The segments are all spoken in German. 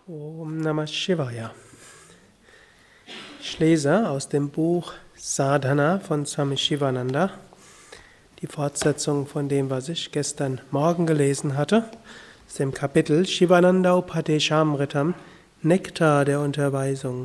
Om Namah Shivaya. Ich lese aus dem Buch Sadhana von Swami Shivananda, die Fortsetzung von dem, was ich gestern Morgen gelesen hatte, aus dem Kapitel Shivananda Upadeshamritam, Nektar der Unterweisung.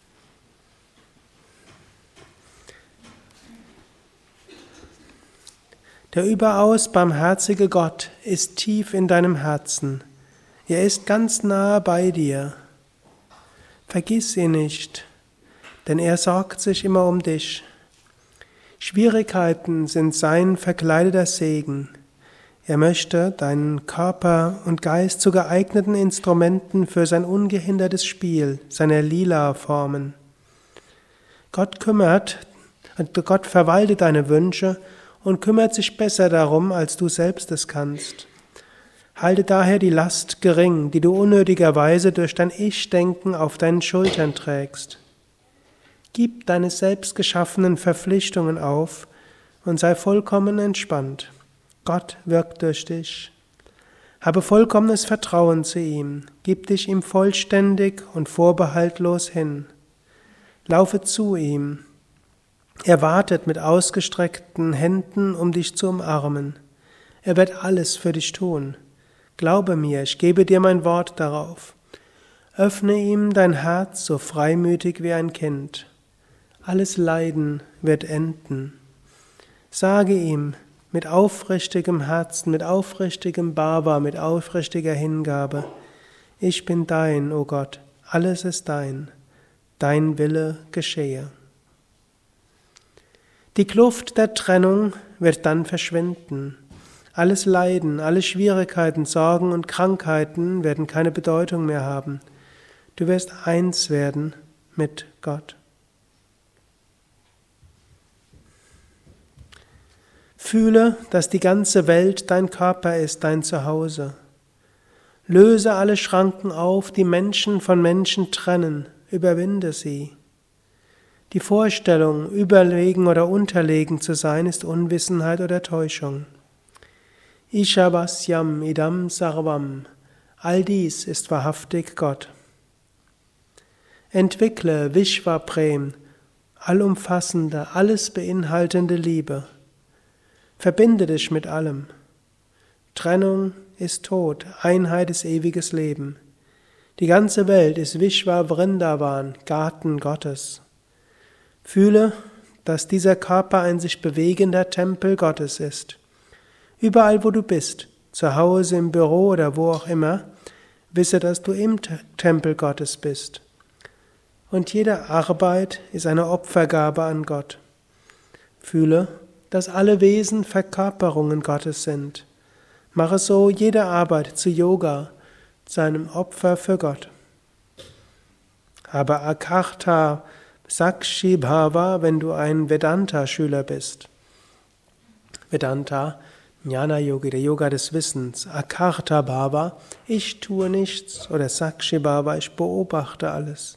Der überaus barmherzige Gott ist tief in deinem Herzen. Er ist ganz nahe bei dir. Vergiss ihn nicht, denn er sorgt sich immer um dich. Schwierigkeiten sind sein verkleideter Segen. Er möchte deinen Körper und Geist zu geeigneten Instrumenten für sein ungehindertes Spiel, seiner Lila formen. Gott verwaltet deine Wünsche und kümmert sich besser darum, als du selbst es kannst. Halte daher die Last gering, die du unnötigerweise durch dein Ich-Denken auf deinen Schultern trägst. Gib deine selbst geschaffenen Verpflichtungen auf und sei vollkommen entspannt. Gott wirkt durch dich. Habe vollkommenes Vertrauen zu ihm. Gib dich ihm vollständig und vorbehaltlos hin. Laufe zu ihm. Er wartet mit ausgestreckten Händen, um dich zu umarmen. Er wird alles für dich tun. Glaube mir, ich gebe dir mein Wort darauf. Öffne ihm dein Herz so freimütig wie ein Kind. Alles Leiden wird enden. Sage ihm mit aufrichtigem Herzen, mit aufrichtigem Bhava, mit aufrichtiger Hingabe: Ich bin dein, o Gott, alles ist dein. Dein Wille geschehe. Die Kluft der Trennung wird dann verschwinden. Alles Leiden, alle Schwierigkeiten, Sorgen und Krankheiten werden keine Bedeutung mehr haben. Du wirst eins werden mit Gott. Fühle, dass die ganze Welt dein Körper ist, dein Zuhause. Löse alle Schranken auf, die Menschen von Menschen trennen. Überwinde sie. Die Vorstellung, überlegen oder unterlegen zu sein, ist Unwissenheit oder Täuschung. Ishavasyam idam sarvam. All dies ist wahrhaftig Gott. Entwickle Vishvaprem, allumfassende, alles beinhaltende Liebe. Verbinde dich mit allem. Trennung ist Tod, Einheit ist ewiges Leben. Die ganze Welt ist Vishva Vrindavan, Garten Gottes. Fühle, dass dieser Körper ein sich bewegender Tempel Gottes ist. Überall, wo du bist, zu Hause, im Büro oder wo auch immer, wisse, dass du im Tempel Gottes bist. Und jede Arbeit ist eine Opfergabe an Gott. Fühle, dass alle Wesen Verkörperungen Gottes sind. Mache so jede Arbeit zu Yoga, zu einem Opfer für Gott. Habe Akarta Sakshi Bhava, wenn du ein Vedanta-Schüler bist. Vedanta, Jnana Yogi, der Yoga des Wissens. Akarta Bhava, ich tue nichts. Oder Sakshi Bhava, ich beobachte alles.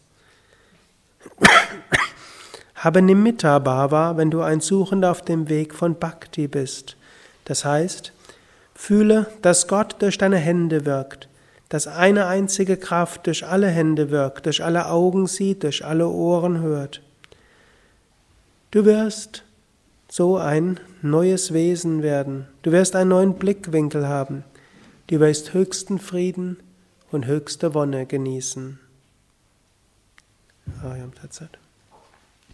Habe Nimitta Bhava, wenn du ein Suchender auf dem Weg von Bhakti bist. Das heißt, fühle, dass Gott durch deine Hände wirkt, dass eine einzige Kraft durch alle Hände wirkt, durch alle Augen sieht, durch alle Ohren hört. Du wirst so ein neues Wesen werden. Du wirst einen neuen Blickwinkel haben. Du wirst höchsten Frieden und höchste Wonne genießen. Ariam Tatsat.